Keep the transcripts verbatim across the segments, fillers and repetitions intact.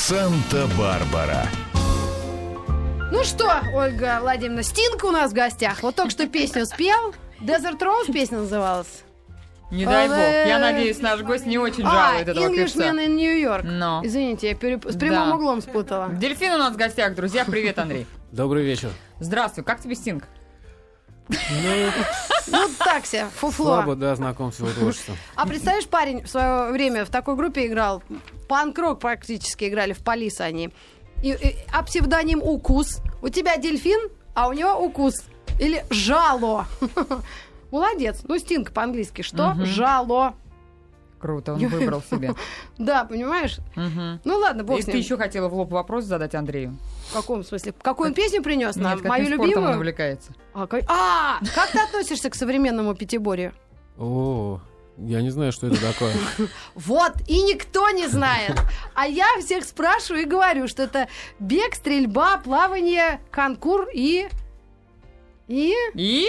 Санта-Барбара. Ну что, Ольга Владимировна, Стинг у нас в гостях. Вот только что песню спел. Desert Rose песня называлась. Не дай бог. Я надеюсь, наш гость не очень жалует а, этого певца. Englishman in New York. Но. Извините, я переп... с прямым Да. углом спутала. Дельфин у нас в гостях, друзья. Привет, Андрей. Добрый вечер. Здравствуй. Как тебе Стинг? Ну, так себе, фуфло. Слабо, да, знаком с его творчеством. А представляешь, парень в свое время в такой группе играл, панк-рок практически играли, в Полис они. И, и, а псевдоним Укус. У тебя дельфин, а у него Укус. Или Жало. Молодец. Ну, Стинг по-английски что? Мгм. Жало. Круто, он выбрал себе. Да, понимаешь? Мгм. Ну ладно, бог И с ты ним. еще хотела в лоб вопрос задать Андрею? В каком смысле? Какую он песню принес нам? Нет, каким Мою спортом он любимую? увлекается? А, как... а, как ты относишься к современному пятиборью? О, я не знаю, что это такое. Вот, и никто не знает. А я всех спрашиваю и говорю, что это бег, стрельба, плавание, конкур и... И... И?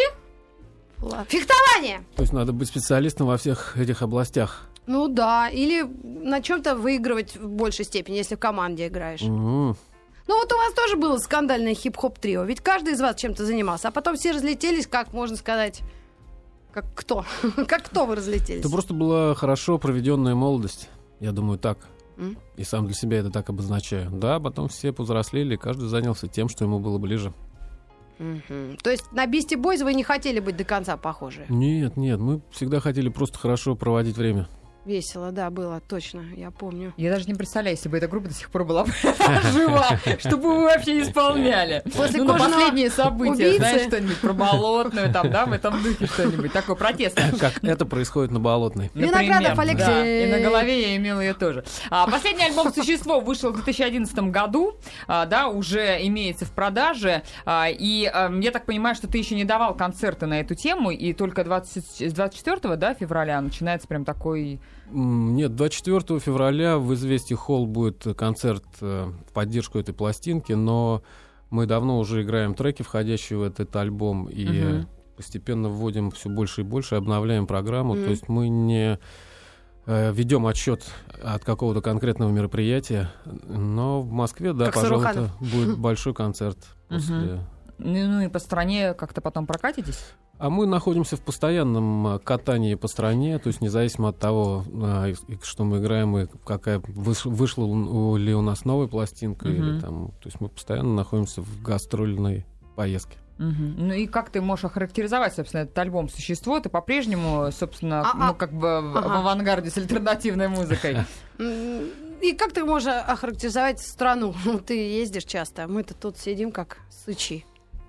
Фехтование! То есть надо быть специалистом во всех этих областях. Ну да, или на чем-то выигрывать в большей степени, если в команде играешь. Мгм. Ну вот у вас тоже было скандальное хип-хоп-трио, ведь каждый из вас чем-то занимался, а потом все разлетелись, как можно сказать... Как кто? Как кто вы разлетелись? Это просто была хорошо проведенная молодость. Я думаю, так. М? И сам для себя это так обозначаю. Да, потом все повзрослели, и каждый занялся тем, что ему было ближе. Мгм. То есть на Beastie Boys вы не хотели быть до конца похожи? Нет, нет, мы всегда хотели просто хорошо проводить время. Весело, да, было, точно, я помню. Я даже не представляю, если бы эта группа до сих пор была жива, чтобы вы вообще исполняли. После Ну, на кожаного последние события, убийцы. знаешь, что-нибудь про Болотную, там, да, в этом духе что-нибудь такое протестное. Как это происходит на Болотной. Виноградов Например, Алексей. да. И на голове я имела ее тоже. А, последний альбом «Существо» вышел в две тысячи одиннадцатом году, а, да, уже имеется в продаже. А, и а, я так понимаю, что ты еще не давал концерты на эту тему, и только двадцать, с двадцать четвёртого, да, февраля начинается прям такой... М, Нет, двадцать четвёртого февраля в «Известий Холл» будет концерт э, в поддержку этой пластинки, но мы давно уже играем треки, входящие в этот альбом, и Мгм. постепенно вводим все больше и больше, обновляем программу. Мгм. То есть мы не э, ведем отчет от какого-то конкретного мероприятия, но в Москве, да, Как пожалуйста, Саруханов. будет большой концерт после. Мгм. Ну, ну и по стране как-то потом прокатитесь? А мы находимся в постоянном а, катании по стране, то есть независимо от того, а, и- и что мы играем, и какая выш- вышла у- ли у нас новая пластинка, Мгм. или там, то есть мы постоянно находимся в гастрольной поездке. Мгм. Ну и как ты можешь охарактеризовать, собственно, этот альбом «Существо»? Ты по-прежнему, собственно, А- ну а- как бы в, ага. в авангарде с альтернативной музыкой. М, И как ты можешь охарактеризовать страну? Ты ездишь часто, а мы-то тут сидим как сычи.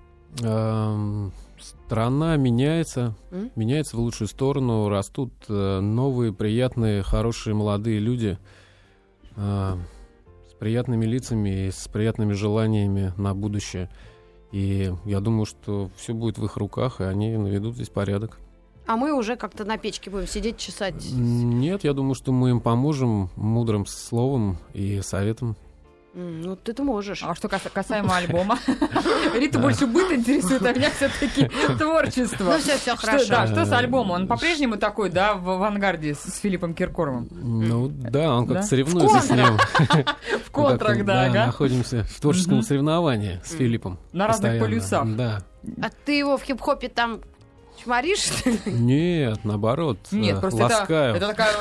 Ам, Страна меняется, М? меняется в лучшую сторону, растут э, новые, приятные, хорошие молодые люди э, с приятными лицами и с приятными желаниями на будущее. И я думаю, что все будет в их руках, и они наведут здесь порядок. А мы уже как-то на печке будем сидеть, чесать. Нет, я думаю, что мы им поможем мудрым словом и советом. М, Ну, ты-то можешь. А что кас- касаемо альбома? Рита больше быт интересует, а меня все-таки творчество. Ну, все, все Что, хорошо. да, что с альбомом? Он по-прежнему такой, да, в авангарде с, с Филиппом Киркоровым? Ну да, он как-то Да? соревнуется с ним. В контрах, Мы да, как-то, ага. находимся в творческом Мгм. соревновании с Филиппом. На разных постоянно. полюсах. Да. А ты его в хип-хопе там чморишь, что ли? Нет, наоборот, Нет, э, просто это, ласкаю. это такая...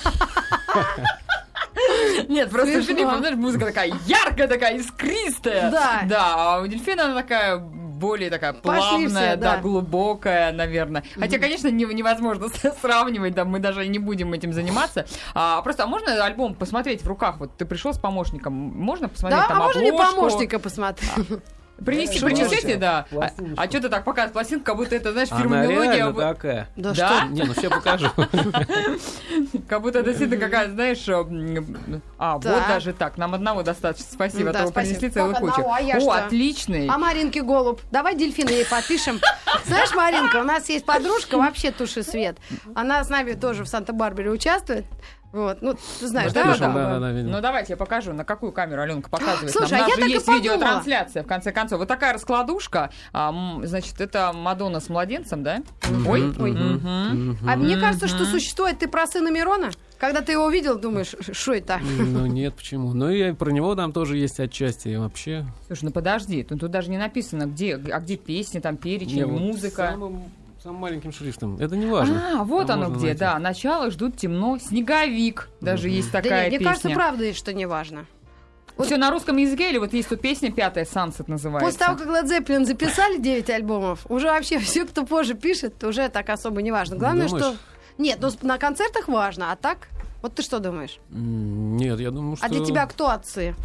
Нет, просто Смешно. Филипп, знаешь, музыка такая яркая, такая искристая. Да. Да, а у Дельфина она такая более такая Пошли плавная, все, да, да. глубокая, наверное. Хотя, конечно, не- невозможно с- сравнивать, да, мы даже не будем этим заниматься. А, просто, а можно альбом посмотреть в руках? Вот ты пришел с помощником, можно посмотреть Да, там а можно мне обложку? помощника посмотреть? Принести, Шучу. принесете, да. А, а что ты так показываешь пластинку, как будто это, знаешь, фирма Она «Мелодия». реально вы- такая. Да Да? что? Не, ну все покажу. Как будто это действительно какая, знаешь... м, А, вот Так. даже так. Нам одного достаточно. Спасибо, Да, а то вы спасибо. принесли целую Как кучу. одного, а я О, что? отличный. А Маринке голубь. Давай дельфина ей подпишем. Знаешь, Маринка, у нас есть подружка, вообще туши свет. Она с нами тоже в Санта-Барбаре участвует. Вот, ну, ты знаешь, Да, да? да, да, такое? да, да, видимо. Ну, давайте я покажу, на какую камеру Аленка показывает. Слушай, нам. а У нас я же так и есть подумала. видеотрансляция, в конце концов. Вот такая раскладушка. А, м, значит, это Мадонна с младенцем, да? Мгм, Ой, мгм, ой. мгм. А мне кажется, что Мгм. существует... Ты про сына Мирона? Когда ты его увидел, думаешь, что это? Ну нет, почему? Ну и про него там тоже есть отчасти и вообще. Слушай, ну подожди, тут, тут даже не написано, где, а где песни, там перечень, Не, вот музыка. Самым, самым маленьким шрифтом. Это не важно. А, вот Там оно можно где, найти. да. Начало ждут темно, снеговик. Даже Мгм. есть Да такая нет, мне песня. кажется, правда есть, что не важно. Все на русском языке, или вот есть тут песня пятая, Sunset называется. После того, как Led Zeppelin записали девять альбомов, уже вообще все, кто позже пишет, уже так особо не важно. Главное, Думаешь? что... Нет, ну на концертах важно, а так... Вот ты что думаешь? М, Нет, я думаю, что... А для тебя кто отцы?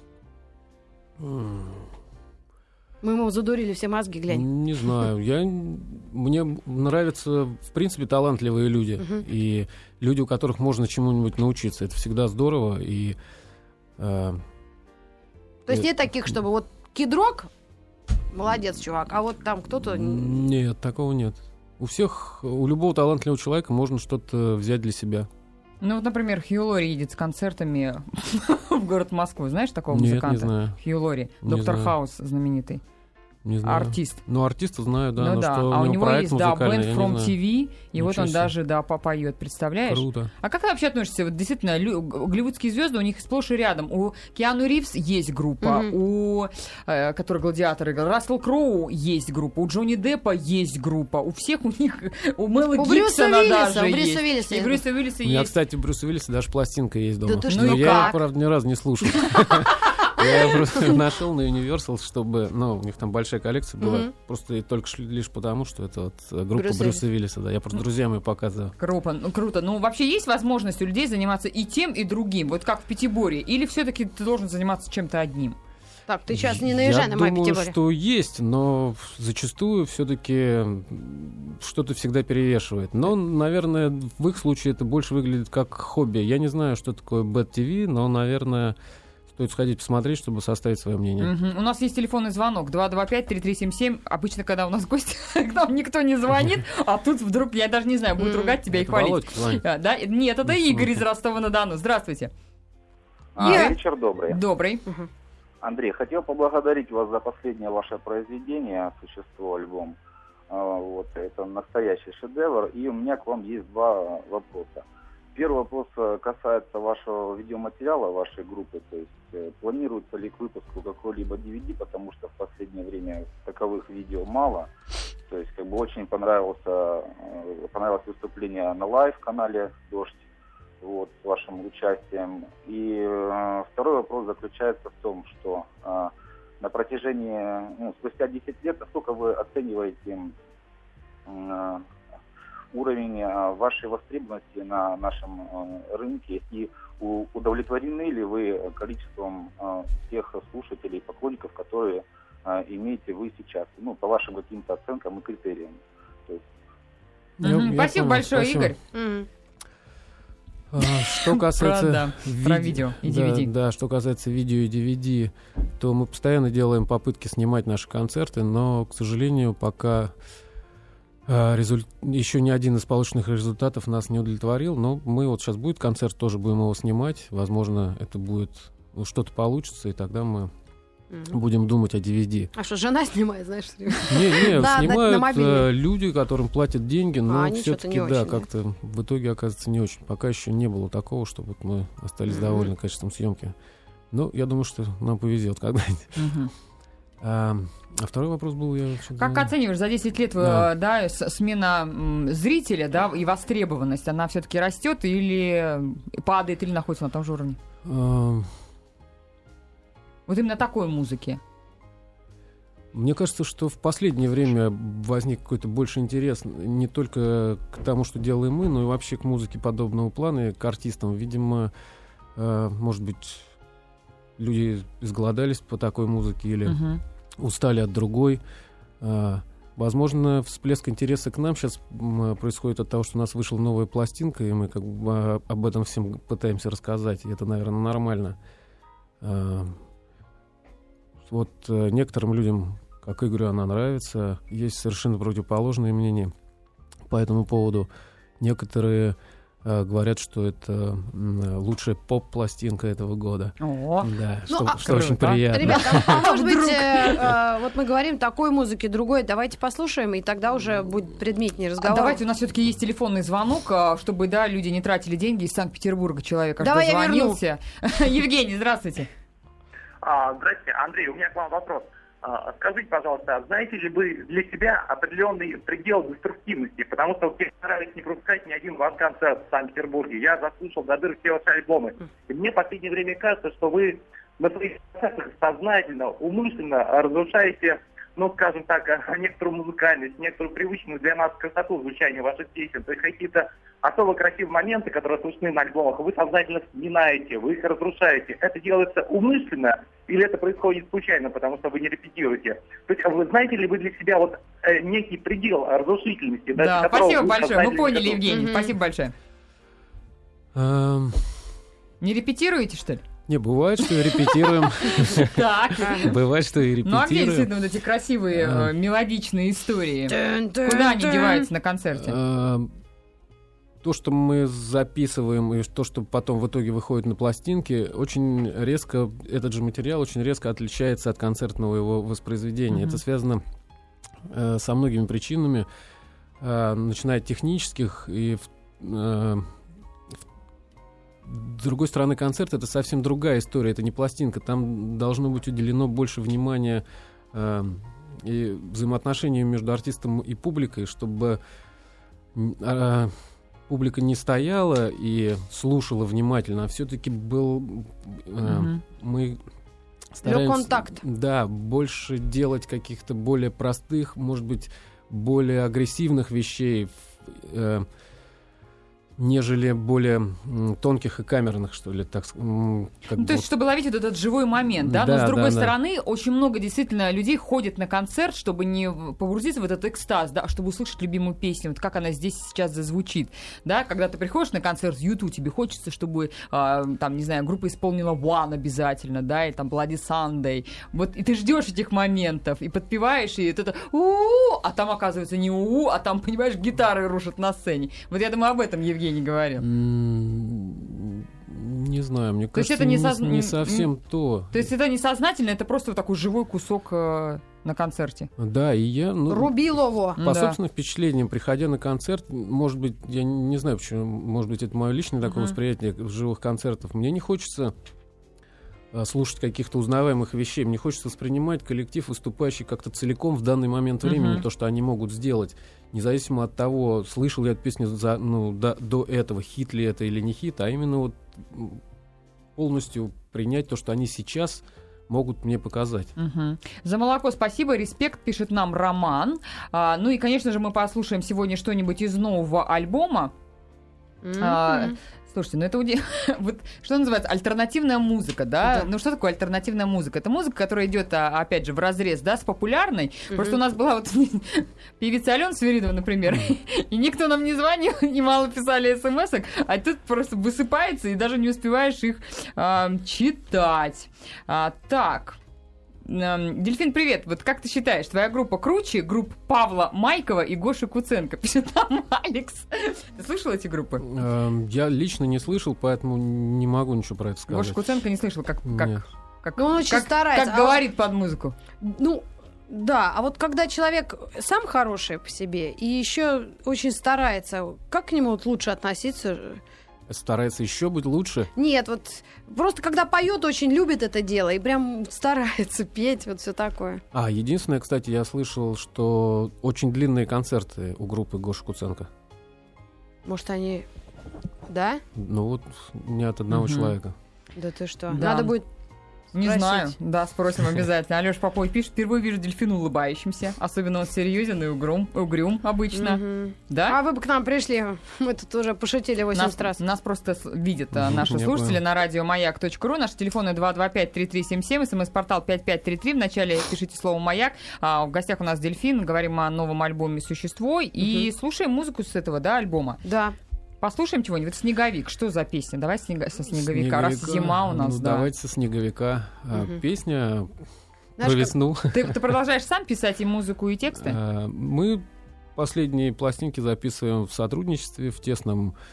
М, Мы ему задурили все мозги, глянь. Не знаю. Я... Мне нравятся, в принципе, талантливые люди. Мгм. И люди, у которых можно чему-нибудь научиться. Это всегда здорово. И... э, То есть Нет. нет таких, чтобы вот Кидрок, молодец, чувак, а вот там кто-то... Нет, такого нет. У всех, у любого талантливого человека можно что-то взять для себя. Ну вот, например, Хью Лори едет с концертами в город Москву. Знаешь такого Нет, музыканта? не знаю. Хью Лори, Не Доктор знаю. Хаус знаменитый, Не знаю. артист. Ну, артиста знаю, да, ну но да, что а у него проект есть, да, музыкальный, Band я не from знаю. ти ви, и вот Ничего он себе. даже, да, попоет, представляешь? Круто. А как ты вообще относишься? Вот действительно, лю- голливудские звезды, у них сплошь и рядом. У Киану Ривз есть группа, Мгм. у, э, который «Гладиатор» играл, Рассел Кроу есть группа, у Джонни Деппа есть группа, у всех у них, у Мэла У Брюса Гибсона Уиллиса, даже у Брюса есть. Уиллиса И есть. Брюса Уиллиса У меня, есть. кстати, у Брюса Уиллиса даже пластинка есть дома. Да ты что, Но ну я как? ее, правда, ни разу не слушал. Я ее просто нашел на Universal, чтобы... Ну, у них там большая коллекция была. Мгм. Просто и только ш- лишь потому, что это вот э, группа Брюс Брюса Уиллиса. Да, я просто друзьям ее показывал. Круто, ну, круто. Ну, вообще есть возможность у людей заниматься и тем, и другим, вот как в Пятиборье? Или все-таки ты должен заниматься чем-то одним? Так, ты сейчас не наезжай Я на мою думаю, Пятиборье. что есть, но зачастую все-таки что-то всегда перевешивает. Но, наверное, в их случае это больше выглядит как хобби. Я не знаю, что такое Бэд ти ви, но, наверное, стоит сходить посмотреть, чтобы составить свое мнение. Мгм. У нас есть телефонный звонок два два пять три три семь семь. Обычно, когда у нас гости, к нам никто не звонит, а тут вдруг, я даже не знаю, будет Мгм. ругать тебя и Это хвалить. Володька звонит. А, да? Нет, это Ну, Игорь из слушай. Ростова-на-Дону. Здравствуйте. А, Я- Вечер добрый. Добрый. Андрей, хотел поблагодарить вас за последнее ваше произведение «Существо» альбом. А, Вот, это настоящий шедевр. И у меня к вам есть два вопроса. Первый вопрос э, касается вашего видеоматериала, вашей группы. То есть э, планируется ли к выпуску какой-либо ди ви ди, потому что в последнее время таковых видео мало. То есть как бы очень понравился, э, понравилось выступление на лайв-канале «Дождь», вот, с вашим участием. И э, второй вопрос заключается в том, что э, на протяжении, ну, спустя десять лет, насколько вы оцениваете э, уровень э, вашей востребованности на нашем э, рынке, и у- удовлетворены ли вы количеством э, тех слушателей, поклонников, которые э, имеете вы сейчас, ну, по вашим каким-то оценкам и критериям? То есть, Я- Мгм. я Спасибо понял, большое, спасибо. Игорь. Мгм. А, Что касается Про, да, про видео и ди ви ди. Да, да, что касается видео и ди ви ди, то мы постоянно делаем попытки снимать наши концерты, но, к сожалению, пока а, результ- еще ни один из полученных результатов нас не удовлетворил. Но мы вот сейчас будет концерт, тоже будем его снимать. Возможно, это будет, ну, что-то получится, и тогда мы Мгм. будем думать о ди ви ди. А что, жена снимает, знаешь, что ли? Не, не, Да, на- на снимают мобильный. э, люди, которым платят деньги, но они что-то все-таки, не да, очень, да? как-то в итоге оказывается не очень. Пока еще не было такого, чтобы вот мы остались Мгм. довольны качеством съемки. Ну, я думаю, что нам повезет когда-нибудь. Мгм. А, а второй вопрос был, я вообще Как забыл. оцениваешь за десять лет, Да. э, да, с- смена м, зрителя, да, и востребованность, она все-таки растет или падает, или находится на том же уровне? А, Вот именно такой музыки. Мне кажется, что в последнее время возник какой-то больше интерес не только к тому, что делаем мы, но и вообще к музыке подобного плана, и к артистам. Видимо, э, может быть, люди изголодались по такой музыке или Мгм. устали от другой. А, Возможно, всплеск интереса к нам сейчас происходит от того, что у нас вышла новая пластинка, и мы как бы а, об этом всем пытаемся рассказать, и это, наверное, нормально. А, Вот э, некоторым людям, как Игорю, она нравится. Есть совершенно противоположные мнения по этому поводу. Некоторые э, говорят, что это м, лучшая поп-пластинка этого года. О, Да, Ну, что, а- что очень Круто. приятно. Ребята, а может быть, Вдруг. э, э, вот мы говорим такой музыки, другой, давайте послушаем, и тогда уже будет предметнее А разговор. давайте, у нас все-таки есть телефонный звонок, а, чтобы, да, люди не тратили деньги. Из Санкт-Петербурга человек аж Давай я дозвонился. Евгений, здравствуйте. А, Здравствуйте, Андрей, у меня к вам вопрос. А, Скажите, пожалуйста, знаете ли вы для себя определенный предел деструктивности? Потому что мне старались не пропускать ни один ваш концерт в Санкт-Петербурге. Я заслушал до дыр все ваши альбомы. И мне в последнее время кажется, что вы на своих концертах сознательно, умышленно разрушаете, ну, скажем так, некоторую музыкальность, некоторую привычную для нас красоту звучания ваших песен. То есть какие-то особо красивые моменты, которые слышны на альбомах, вы сознательно сминаете, вы их разрушаете. Это делается умышленно или это происходит случайно, потому что вы не репетируете? То есть вы знаете ли вы для себя вот э, некий предел разрушительности? Да, до которого спасибо вы большое. Мы сознательно поняли, готовы? Евгений. Мгм. Спасибо большое. Эм, Не репетируете, что ли? Не, бывает, что и репетируем. Так. Бывает, что и Ну, а где репетируем. действительно вот эти красивые, А. э, мелодичные истории? Тын, тын, Куда они тын. деваются на концерте? Эм, То, что мы записываем, и то, что потом в итоге выходит на пластинке, очень резко, этот же материал очень резко отличается от концертного его воспроизведения. Мгм. Это связано э, со многими причинами, э, начиная от технических, и в, э, в- с другой стороны, концерт — это совсем другая история, это не пластинка, там должно быть уделено больше внимания э, и взаимоотношению между артистом и публикой, чтобы м, а, публика не стояла и слушала внимательно, а все-таки был э, Мгм. мы стараемся, контакт. да, больше делать каких-то более простых, может быть, более агрессивных вещей, в- э, нежели более м, тонких и камерных, что ли, так с- м, как Ну, бы то есть, вот. чтобы ловить вот этот живой момент, да? Но, Да, с другой да, да. стороны, очень много действительно людей ходит на концерт, чтобы не в- погрузиться в этот экстаз, да, а чтобы услышать любимую песню, вот как она здесь сейчас зазвучит, да? Когда ты приходишь на концерт ютуб, тебе хочется, чтобы, а, там, не знаю, группа исполнила One обязательно, да, и там Bloody Sunday, вот, и ты ждешь этих моментов, и подпеваешь, и вот это у-у, а там, оказывается, не у-у, а там, понимаешь, гитары рушат на сцене. Вот я думаю, об этом Евгений говорил. М, Не знаю, мне То есть кажется, это не не, созна- не совсем то. То есть это несознательно, это просто вот такой живой кусок э, на концерте. Да, и я, ну, Рубилово. по Да. собственным впечатлениям, приходя на концерт, может быть, я не знаю, почему, может быть, это мое личное такое Мгм. восприятие живых концертов. Мне не хочется а, слушать каких-то узнаваемых вещей. Мне хочется воспринимать коллектив, выступающий как-то целиком в данный момент времени, Мгм. то, что они могут сделать, независимо от того, слышал я эту песню за, ну, до, до этого, хит ли это или не хит, а именно вот м, полностью принять то, что они сейчас могут мне показать. Мгм. За молоко спасибо, респект, пишет нам Роман. А, ну и, конечно же, мы послушаем сегодня что-нибудь из нового альбома. А, Мгм. Слушайте, ну это уди- вот что называется альтернативная музыка, да? Да. Ну что такое альтернативная музыка? Это музыка, которая идет, а, опять же, в разрез, да, с популярной. Мгм. Просто у нас была вот певица Алена Свиридова, например, и никто нам не звонил, и мало писали смс-ок, а тут просто высыпается, и даже не успеваешь их а, читать. А, так. Эм, Дельфин, привет. Вот как ты считаешь, твоя группа круче групп Павла Майкова и Гоши Куценко? Пишет нам Алекс. Ты слышал эти группы? Эм, Я лично не слышал, поэтому не могу ничего про это сказать. Гоша Куценко не слышал, как, как, Нет. как, Ну, он очень как- старается. как А говорит под музыку. Ну, да, а вот когда человек сам хороший по себе и еще очень старается, как к нему вот лучше относиться? Старается еще быть лучше. Нет, вот просто когда поет, очень любит это дело и прям старается петь, вот все такое. А, единственное, кстати, я слышал, что очень длинные концерты у группы Гоши Куценко. Может, они... Да? Ну вот не от одного Мгм. человека. Да ты что? Да. Надо будет... Не Спросить. знаю. Да, спросим обязательно. Алёша Попов пишет, впервые вижу дельфина улыбающимся. Особенно он серьезен и угрюм, угрюм обычно. Мгм. Да? А вы бы к нам пришли, мы тут уже пошутили Нас, восемьдесят раз. нас просто с- видят а, наши Я слушатели понял. на радиомаяк точка ру. Наши телефоны два два пять три три семь семь, смс-портал пять пять три три. Вначале пишите слово «Маяк». А, в гостях у нас Дельфин. Говорим о новом альбоме «Существо». И слушаем музыку с этого, да, альбома. Да. Послушаем чего-нибудь. «Снеговик». Что за песня? Давай снега- со «Снеговика». Раз Снеговика. зима у нас, Ну, да. давайте со «Снеговика». А, Мгм. Песня Знаешь, про как- весну. Ты, ты продолжаешь сам писать и музыку, и тексты? А, Мы последние пластинки записываем в сотрудничестве, в тесном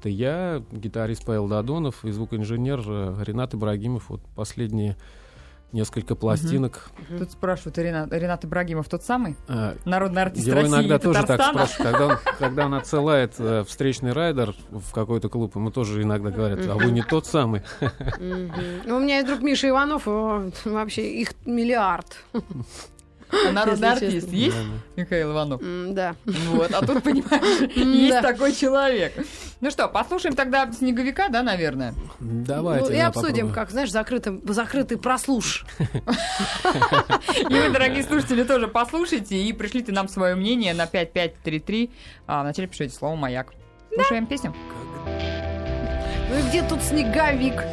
Это я, гитарист Павел Додонов и звукоинженер Ренат Ибрагимов. Вот последние несколько пластинок. Угу. Тут спрашивают, Ренат, Ренат Ибрагимов тот самый? А, Народный артист его России иногда и тоже так Татарстана? спрашивают. Когда он, когда он отсылает э, встречный райдер в какой-то клуб, ему тоже иногда говорят, а вы не тот самый. У меня есть друг Миша Иванов, вообще их миллиард. Народный Если артист честно. есть? Да, да. Михаил Иванов. М, Да. Вот, а тут, понимаешь, есть такой человек. Ну что, послушаем тогда «Снеговика», да, наверное? Давайте. Ну, и я обсудим, попробую. как, знаешь, закрытым, закрытый прослуш. И вы, дорогие слушатели, тоже послушайте и пришлите нам свое мнение на пять пять три три. А вначале пишите слово «Маяк». Слушаем песню. Ну и где тут снеговик?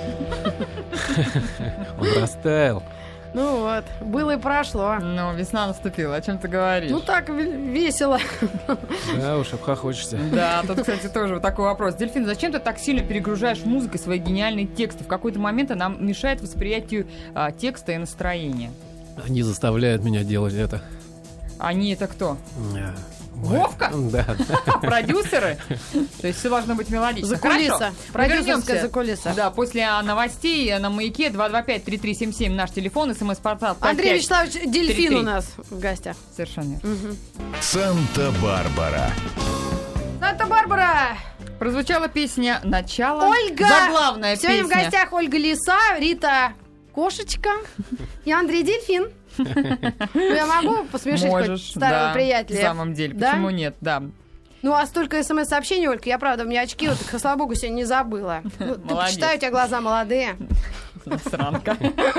Он растаял. Ну вот, было и прошло. Ну, весна наступила, о чем ты говоришь? Ну так ве- весело. Да уж, обхохочешься. Да, тут, кстати, тоже вот такой вопрос. Дельфин, зачем ты так сильно перегружаешь музыкой свои гениальные тексты? В какой-то момент она мешает восприятию а, текста и настроения. Они заставляют меня делать это. Они это кто? А, Вовка? Да, да. Продюсеры? То есть все должно быть мелодично. За кулиса. Хорошо. Продюсерская Вернемся. за кулиса. Да, после а, новостей на Маяке два два пять три три семь семь наш телефон, смс-портал пять Андрей пять. Вячеславович Дельфин три-три. у нас в гостях. Совершенно верно. Санта-Барбара. Санта-Барбара! Прозвучала песня «Начало». Ольга! Заглавная Сегодня песня. в гостях Ольга Лиса, Рита Кошечка и Андрей Дельфин. Ну, я могу посмешить хоть Можешь, старого да, приятеля? в самом деле. Да? Почему нет, да. Ну, а столько смс-сообщений, Ольга, я, правда, у меня очки, вот, слава богу, сегодня не забыла. Ну, ты Молодец. почитай, у тебя глаза молодые. Сранка.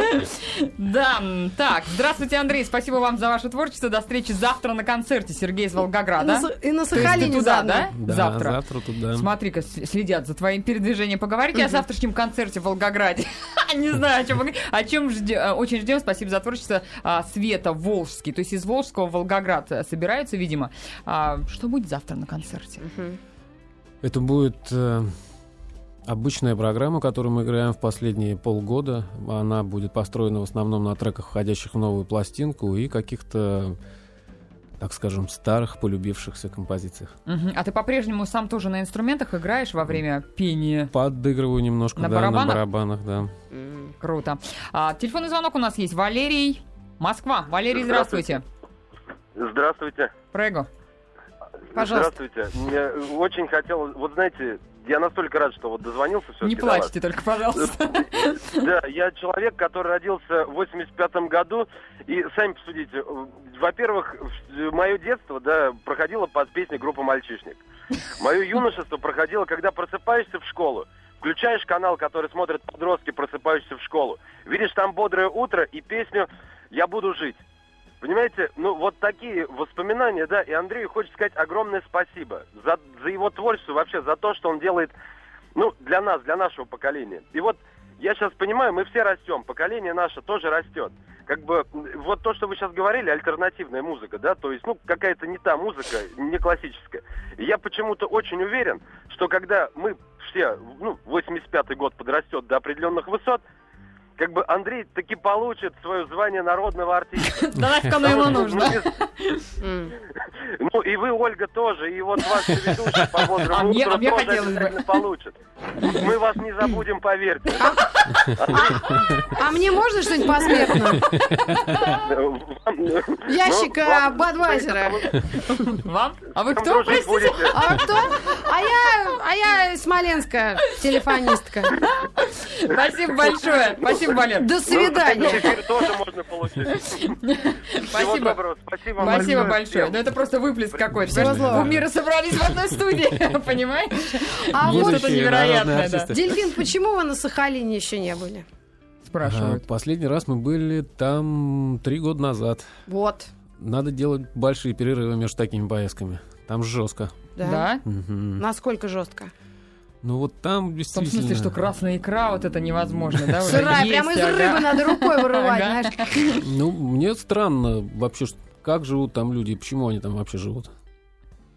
Да, м, так, здравствуйте, Андрей, спасибо вам за ваше творчество. До встречи завтра на концерте Сергей из И на, Волгограда. Са- и на То есть Сахалине ты туда, заодно. да? Да, Завтра. завтра тут, да. Смотри-ка, с- следят за твоим передвижением. Поговорите о завтрашнем концерте в Волгограде. Не знаю, о чем, вы- о чем ждем. Очень ждем. Спасибо за творчество. А, Света Волжский. То есть из Волжского в Волгоград э, собираются, видимо. А, что будет завтра на концерте? Это будет э, обычная программа, которую мы играем в последние полгода. Она будет построена в основном на треках, входящих в новую пластинку, и каких-то, так скажем, старых, полюбившихся композициях. Мгм. А ты по-прежнему сам тоже на инструментах играешь во время пения? Подыгрываю немножко, На да, барабанах? на барабанах, да. Круто. А, телефонный звонок у нас есть. Валерий, Москва. Валерий, здравствуйте. Здравствуйте. Прего. Пожалуйста. Здравствуйте. Мне очень хотелось... Вот знаете, я настолько рад, что вот дозвонился все-таки Не до вас. плачьте только, пожалуйста. Да, я человек, который родился в восемьдесят пятом году, и сами посудите, во-первых, мое детство, да, проходило под песню группы «Мальчишник». Мое юношество проходило, когда просыпаешься в школу, включаешь канал, который смотрят подростки, просыпающиеся в школу, видишь там «Бодрое утро» и песню «Я буду жить». Понимаете, ну вот такие воспоминания, да, и Андрею хочется сказать огромное спасибо за, за его творчество, вообще за то, что он делает, ну, для нас, для нашего поколения. И вот я сейчас понимаю, мы все растем, поколение наше тоже растет. Как бы вот то, что вы сейчас говорили, альтернативная музыка, да, то есть, ну, какая-то не та музыка, не классическая. И я почему-то очень уверен, что когда мы все, ну, восемьдесят пятый год подрастет до определенных высот, как бы Андрей таки получит свое звание народного артиста. Да нафиг оно ему нужно. Ну и вы, Ольга, тоже, и вот ваш ведущий по А бодрому мне- утру а мне тоже хотелось бы. обязательно получит. Мы вас не забудем, поверьте. А мне можно что-нибудь посмертно? Ящик Ну, а, ладно, Бадвайзера. Вам? А вы там кто, дружить простите? будете. А вы кто? А я, а я из Смоленска, телефонистка. Спасибо большое. Спасибо, Валер. До Ну, свидания. эфир тоже можно получить. Всего Спасибо. доброго. Спасибо вам Спасибо большое большое. всем. Ну это просто выплеск какой-то. Всего Понимаешь, злого. Кумиры собрались в одной студии, понимаешь? А вот, Вот это Будущие невероятное, народные да. артисты. Дельфин, почему вы на Сахалине еще не были? А, Спрашивают. Последний раз мы были там три года назад. Вот. Надо делать большие перерывы между такими поездками. Там жестко. Да. Да? Мгм. Насколько жестко? Ну вот там В том действительно... смысле, что красная икра, вот это невозможно, да? уже Сырая, есть, прямо из ага. рыбы надо рукой вырывать, Ага. знаешь. Ну, мне странно вообще, что- как живут там люди и почему они там вообще живут.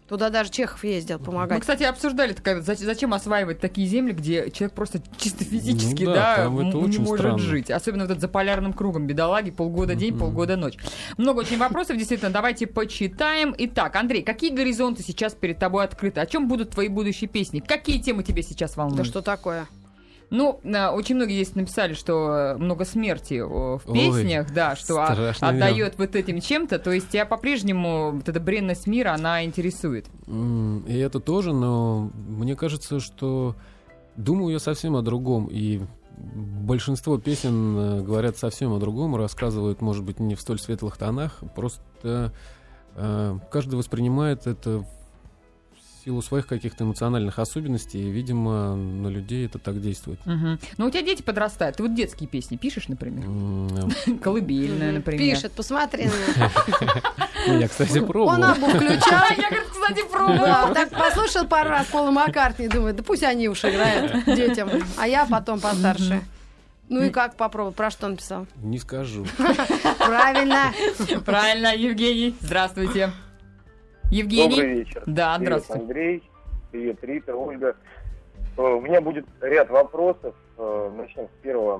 Туда даже Чехов ездил Мы, помогать. кстати, обсуждали, такая, зач- зачем осваивать такие земли, где человек просто чисто физически, Ну да, да, там это м- не очень может странно. жить. Особенно вот это за полярным кругом. Бедолаги, полгода день, Мгм. полгода ночь. Много очень вопросов, действительно. Давайте почитаем. Итак, Андрей, какие горизонты сейчас перед тобой открыты? О чем будут твои будущие песни? Какие темы тебе сейчас волнуют? Да что такое? Ну, э, очень многие здесь написали, что э, много смерти э, в Ой, песнях, да, что а- страшно, отдает вот этим чем-то. То есть тебя по-прежнему вот эта бренность мира, она интересует. М, И это тоже, но мне кажется, что думаю я совсем о другом. И большинство песен э, говорят совсем о другом, рассказывают, может быть, не в столь светлых тонах. Просто э, каждый воспринимает это в силу своих каких-то эмоциональных особенностей. И, видимо, на людей это так действует. Мгм. Ну, у тебя дети подрастают. Ты вот детские песни пишешь, например? М, э, Колыбельную, Мгм. например. Пишет, посмотри на него. ну, Я, кстати, пробовал. Он абу включал. А, я, говорит, кстати, Да, пробовала. так послушал пару раз Пола Маккартни и думает, да пусть они уж играют детям, а я потом постарше. Ну и как попробовал? Про что он писал? Не скажу. Правильно. Правильно, Евгений. Здравствуйте. Евгений. Добрый вечер. Да, Привет, здравствуйте. Андрей. Привет, Рита, Ольга. Э, У меня будет ряд вопросов. Э, Начнем с первого.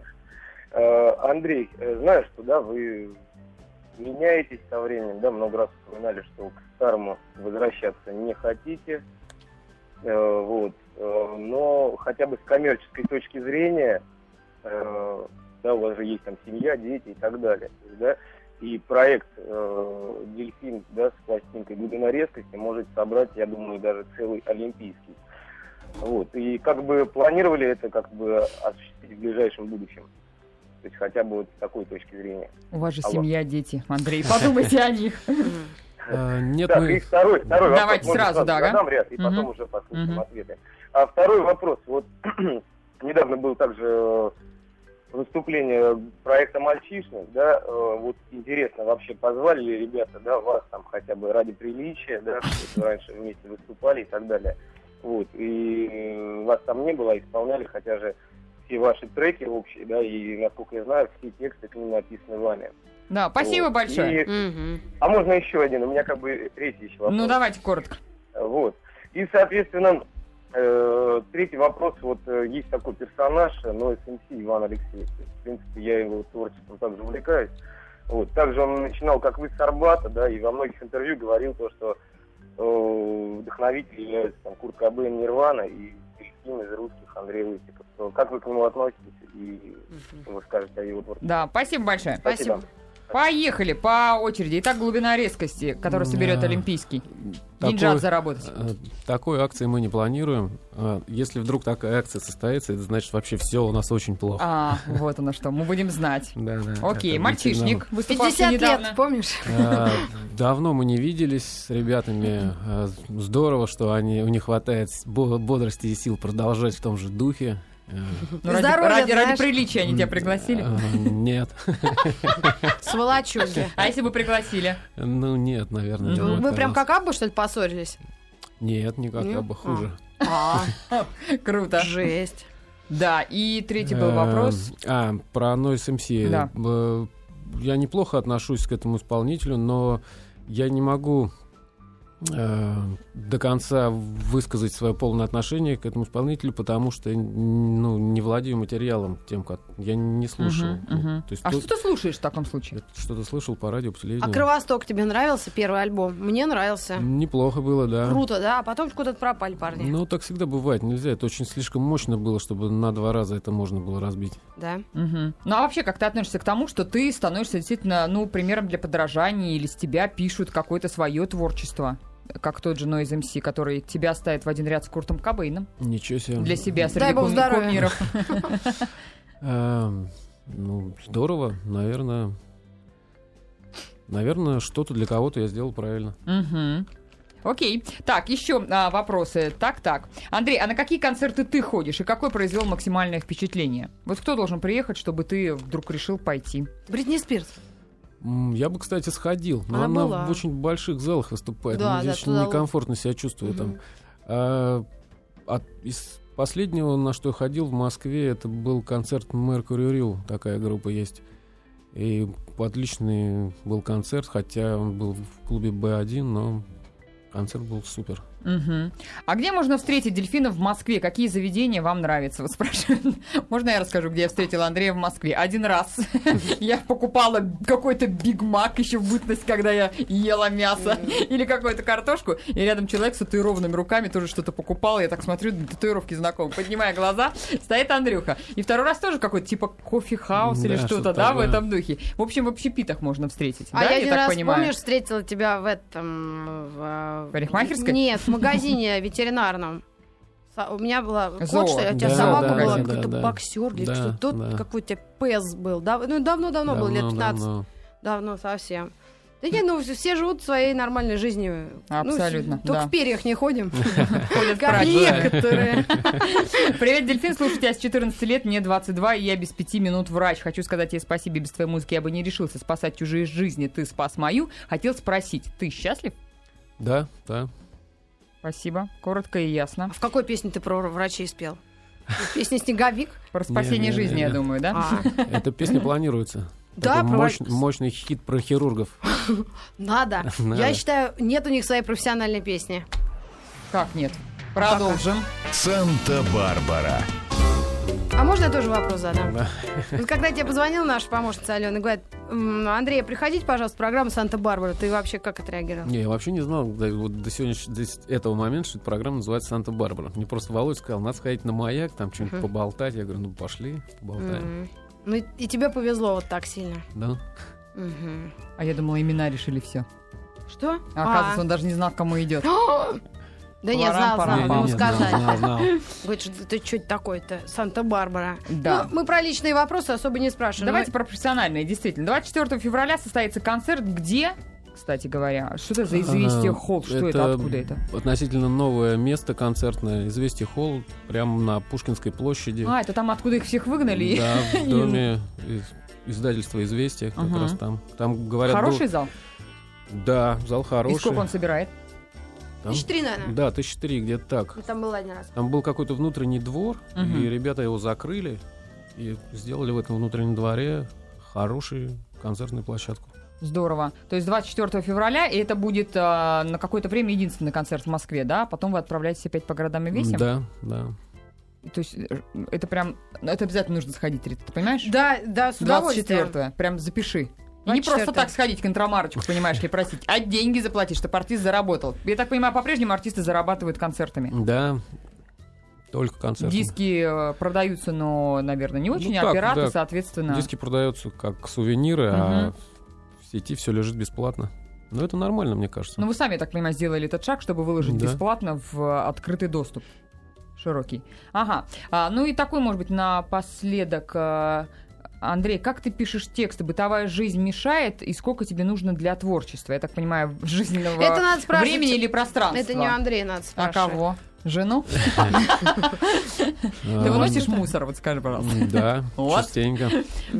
Э, Андрей, э, знаю, что да, вы меняетесь со временем, да, много раз вспоминали, что к старому возвращаться не хотите. Э, Вот. Э, Но хотя бы с коммерческой точки зрения, э, да, у вас же есть там семья, дети и так далее. То есть, да, и проект э, «Дельфин», да, с пластинкой «Глубина резкости» может собрать, я думаю, даже целый олимпийский. Вот. И как бы планировали это как бы осуществить в ближайшем будущем. То есть хотя бы вот с такой точки зрения. У вас же Алло. семья, дети. Андрей, подумайте о них. А, Нет, Так, и мы... второй, второй Давайте вопрос. Можно сразу, да, ага. задам ряд, и Мгм. потом уже послушаем Мгм. ответы. А второй вопрос. Вот недавно был также э, выступление проекта «Мальчишник», да, э, вот интересно, вообще позвали ли ребята, да, вас там хотя бы ради приличия, да, что раньше вместе выступали и так далее. Вот, и э, вас там не было, а исполняли, хотя же все ваши треки общие, да, и, насколько я знаю, все тексты к ним написаны вами. Да, спасибо Вот. большое. И- Мгм. А можно еще один? У меня как бы третий еще вопрос. Ну, давайте коротко. Вот. И, соответственно, э, третий вопрос. Вот э, есть такой персонаж, но эс эм си Иван Алексеев. То есть, в принципе, я его творчеством также увлекаюсь. Вот. Также он начинал, как вы, с Арбата, да, и во многих интервью говорил то, что э, вдохновитель является там Курт Кобейн, Нирвана и Дельфин из русских Андрей Лысиков. То как вы к нему относитесь и что вы скажете о его творчестве? Да, спасибо большое. Спасибо. Поехали по очереди. Итак, глубина резкости, которую соберет Да. Олимпийский. Такое- Деньжат заработать. Э, Такой акции мы не планируем. Э, Если вдруг такая акция состоится, это значит вообще все у нас очень плохо. А, вот оно что, мы будем знать. Да, да, Окей, это мальчишник, выступавший пятьдесят недавно. лет, помнишь? Э, Давно мы не виделись с ребятами. Э, Здорово, что они, у них хватает бо- бодрости и сил продолжать в том же духе. Э, Ну, ради, Здоровья, ради- ради знаешь. приличия они тебя пригласили. э, Нет. Сволочуги. А если бы пригласили? Ну, нет, наверное. не Мгм. будет, Вы прям пожалуйста. как Абба, что ли, поссорились? Нет, никак, Нет? я бы хуже. А, Круто. жесть. Да, и третий был Э, вопрос. А, про Noise эм си. Да. Б- Я неплохо отношусь к этому исполнителю, но я не могу э, до конца высказать свое полное отношение к этому исполнителю, потому что н- ну, не владею материалом тем, как я не слушал. Мгм, Ну, мгм. то есть А тут- что ты слушаешь в таком случае? это что-то слышал по радио, по А телевидению. «Кровосток» тебе нравился, первый альбом? Мне нравился. Неплохо было, да. Круто, да? А потом куда-то пропали парни. Ну, так всегда бывает, нельзя. Это очень слишком мощно было, чтобы на два раза это можно было разбить. Да. Мгм. Ну а вообще, как ты относишься к тому, что ты становишься действительно, ну, примером для подражания, или с тебя пишут какое-то свое творчество? Как тот же Noise эм си, который тебя ставит в один ряд с Куртом Кобейном Ничего себе. для себя Дай среди бог кум- здоровья. кумиров. Эм, Ну, здорово, наверное. Наверное, что-то для кого-то я сделал правильно. Мгм. Окей. Так, еще а, вопросы. Так, так. Андрей, а на какие концерты ты ходишь и какой произвел максимальное впечатление? Вот кто должен приехать, чтобы ты вдруг решил пойти? Бритни Спирс. М, Я бы, кстати, сходил, но Она она, была. в очень больших залах выступает. Да, Мне здесь да, очень туда- некомфортно себя чувствую там. Мгм. А, от- из последнего, на что я ходил в Москве, это был концерт Mercury Real, такая группа есть. И отличный был концерт, хотя он был в клубе бэ один, но концерт был супер. Угу. А где можно встретить дельфинов в Москве? Какие заведения вам нравятся? Вот спрашивают. Можно я расскажу, где я встретила Андрея в Москве? Один раз я покупала какой-то Биг Мак еще в бытность, когда я ела мясо или какую-то картошку, и рядом человек с татуированными руками тоже что-то покупал. Я так смотрю, татуировки знакомые, поднимая глаза, стоит Андрюха. И второй раз тоже какой-то типа кофе-хаус или что-то, да, в этом духе. В общем, в общепитах можно встретить. А да, я один так раз, понимаю? помнишь, встретила тебя в этом... В парикмахерской? Нет, в магазине ветеринарном. У меня была Зоо. кот, что ли, у тебя Да, собака да, была, да, какой-то да. боксер или Да, что-то. Тот да. какой-то пес был. Да, ну, давно-давно был, лет Давно, пятнадцать. давно. Давно совсем. Да нет, ну все живут своей нормальной жизнью. Абсолютно, Ну, только да. в перьях не ходим. Ходят Как врачи. некоторые. Привет, Дельфин, слушаю тебя с четырнадцати лет, мне двадцать два, и я без пяти минут врач. Хочу сказать тебе спасибо, без твоей музыки я бы не решился спасать чужие жизни, ты спас мою. Хотел спросить, ты счастлив? Да, да. Спасибо, коротко и ясно. А в какой песне ты про врачей спел? Песня «Снеговик»? Про спасение Не, не, жизни, не, я не. думаю, да? А, Эта песня планируется. Да, Такой про- мощ- мощный хит про хирургов. надо. Надо. Я считаю, нет у них своей профессиональной песни. Как нет? Продолжим. Санта-Барбара. А можно я тоже вопрос задам? Да. Вот когда тебе позвонила наша помощница Алена и говорит: «М, Андрей, приходите, пожалуйста, в программу «Санта-Барбара», ты вообще как отреагировал? Не, я вообще не знал до, вот до сегодняшнего до с- этого момента, что эта программа называется «Санта-Барбара». Мне просто Володя сказал, надо сходить на маяк, там что-нибудь Мгм. поболтать. Я говорю, ну пошли, поболтаем. М. Ну и, и тебе повезло вот так сильно. Да? Мгм. А я думала, имена решили все. Что? А оказывается, он даже не знал, к кому идет. Да нет, знал, знал, Парам-парам. ему Не-не-не, знал, сказали. знал, знал. Говорит, что ты что это такое-то, Санта-Барбара. Да. Ну, мы про личные вопросы особо не спрашиваем. Давайте Мы- про профессиональные, действительно. двадцать четвёртого февраля состоится концерт, где, кстати говоря, что это за «Известия А, холл», что это, откуда это? Относительно новое место концертное. «Известия холл», прямо на Пушкинской площади. А, это там, откуда их всех выгнали? Да, в доме из- издательства «Известия», как Ага. раз там. Там говорят... Хороший был- зал? Да, зал хороший. И сколько он собирает? Там- Тысячи три, наверное. Да, тысячи три, где-то так. Я там был один раз. Там был какой-то внутренний двор, Мгм. и ребята его закрыли и сделали в этом внутреннем дворе хорошую концертную площадку. Здорово. То есть двадцать четвёртого февраля, и это будет а, на какое-то время единственный концерт в Москве, да? Потом вы отправляетесь опять по городам и весям? Да, да. То есть э, это прям... Это обязательно нужно сходить, Рита, ты понимаешь? Да, да, с двадцать удовольствием. четвёртого. Прям запиши. И не двадцать четвёртого. просто так сходить к интромарочку, понимаешь ли, просить, а деньги заплатить, чтобы артист заработал. Я так понимаю, по-прежнему артисты зарабатывают концертами. Да, только концерты. Диски э, продаются, но, наверное, не очень, Ну а как, пираты, да. соответственно... Диски продаются как сувениры, а в сети все лежит бесплатно. Но это нормально, мне кажется. Ну, вы сами, я так понимаю, сделали этот шаг, чтобы выложить Да. бесплатно в э, открытый доступ. Широкий. Ага. А, ну и такой, может быть, напоследок... э, Андрей, как ты пишешь тексты? Бытовая жизнь мешает? И сколько тебе нужно для творчества? Я так понимаю, жизненного Это надо спрашивать. времени или пространства? Это не Андрей надо А спрашивать. кого? Жену? Ты А, выносишь мусор, вот скажи, пожалуйста. м, Да, Вот. частенько.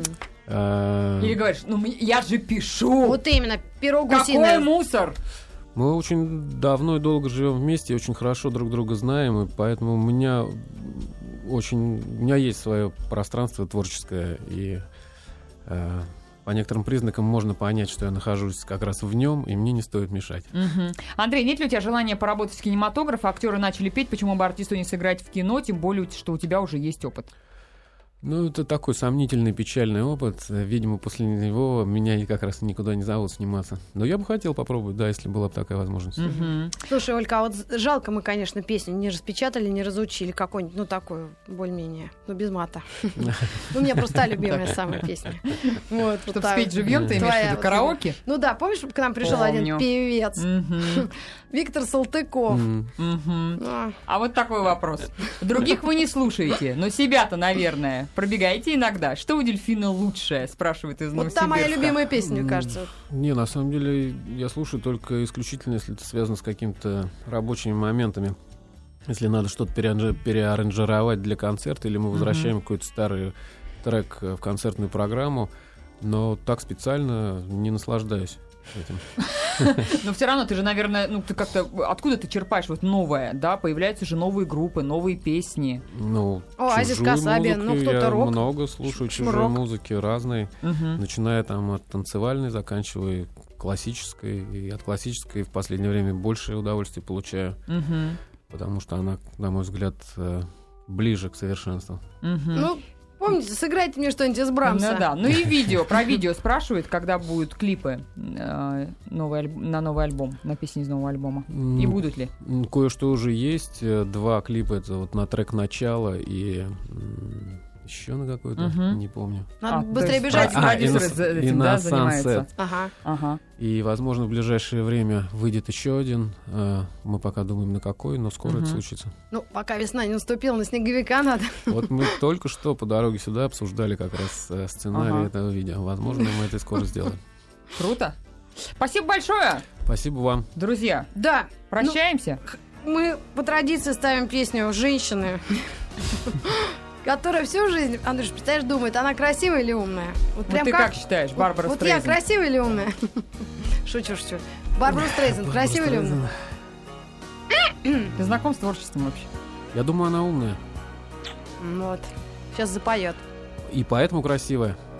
А, Или говоришь, ну мне- я же пишу! Вот именно, перо Какой гусиное. мусор? Мы очень давно и долго живем вместе, очень хорошо друг друга знаем, и поэтому у меня очень, у меня есть свое пространство творческое, и э, по некоторым признакам можно понять, что я нахожусь как раз в нем, и мне не стоит мешать. Мгм. Андрей, нет ли у тебя желания поработать в кинематографе? Актеры начали петь, почему бы артисту не сыграть в кино, тем более, что у тебя уже есть опыт. Ну, это такой сомнительный, печальный опыт. Видимо, после него меня как раз никуда не зовут сниматься. Но я бы хотел попробовать, да, если была бы такая возможность. Мгм. Слушай, Олька, а вот жалко мы, конечно, песню не распечатали, не разучили какую-нибудь, ну, такую, более-менее, ну, без мата. У меня просто та любимая самая песня. Вот, вот Чтобы так. спеть живьем, ты имеешь в Твоя виду вот караоке? Ну да, помнишь, к нам пришел Помню. один певец, Мгм. Виктор Салтыков. М. Мгм. А, А вот такой вопрос. Других вы не слушаете, но себя-то, наверное, пробегаете иногда. Что у дельфина лучшее, спрашивает из Вот Новосибирска. та моя любимая песня, мне М. кажется. Не, на самом деле я слушаю только исключительно, если это связано с какими-то рабочими моментами. Если надо что-то переанж- переаранжировать для концерта, или мы возвращаем какой-то старый трек э, в концертную программу, но так специально не наслаждаюсь этим. Но все равно ты же, наверное, ну ты как-то откуда ты черпаешь вот новое, да? Появляются же новые группы, новые песни. Ну, Оазис, чужую Касабин, ну, музыку кто-то я рок, много слушаю чужой шмрок. музыки разной, Мгм. начиная там от танцевальной, заканчивая классической, и от классической в последнее время большее удовольствие получаю, Мгм. потому что она, на мой взгляд, э, ближе к совершенству. Мгм. Ну, помните, сыграйте мне что-нибудь из Брамса. Ну да, ну и видео, про видео спрашивают, когда будут клипы э, новый альб- на новый альбом, на песни из нового альбома. И М, будут ли? м, Кое-что уже есть. Э, Два клипа, это вот на трек «Начало» и м, еще на какой-то, Мгм. не помню. Надо А, то быстрее есть бежать. про- продюсеры и на, за и этим, на да, Sunset. занимаются? Ага. Ага. И, возможно, в ближайшее время выйдет еще один. Э, Мы пока думаем, на какой, но скоро Мгм. это случится. Ну, пока весна не наступила, на снеговика надо. Вот мы только что по дороге сюда обсуждали как раз э, сценарий Ага. этого видео. Возможно, мы это скоро сделаем. Круто. Спасибо большое, Спасибо вам. друзья. Да, Прощаемся. мы по традиции ставим песню «Женщины», которая всю жизнь, Андрюш, представляешь, думает, она красивая или умная? Вот Вот ты как считаешь, Барбара Вот я Стрейзенд? красивая или умная? Шучу, шучу. Барбара Стрейзенд, красивая или умная? Ты знаком с творчеством вообще? Я думаю, она умная. Вот. Сейчас запоет. И поэтому красивая.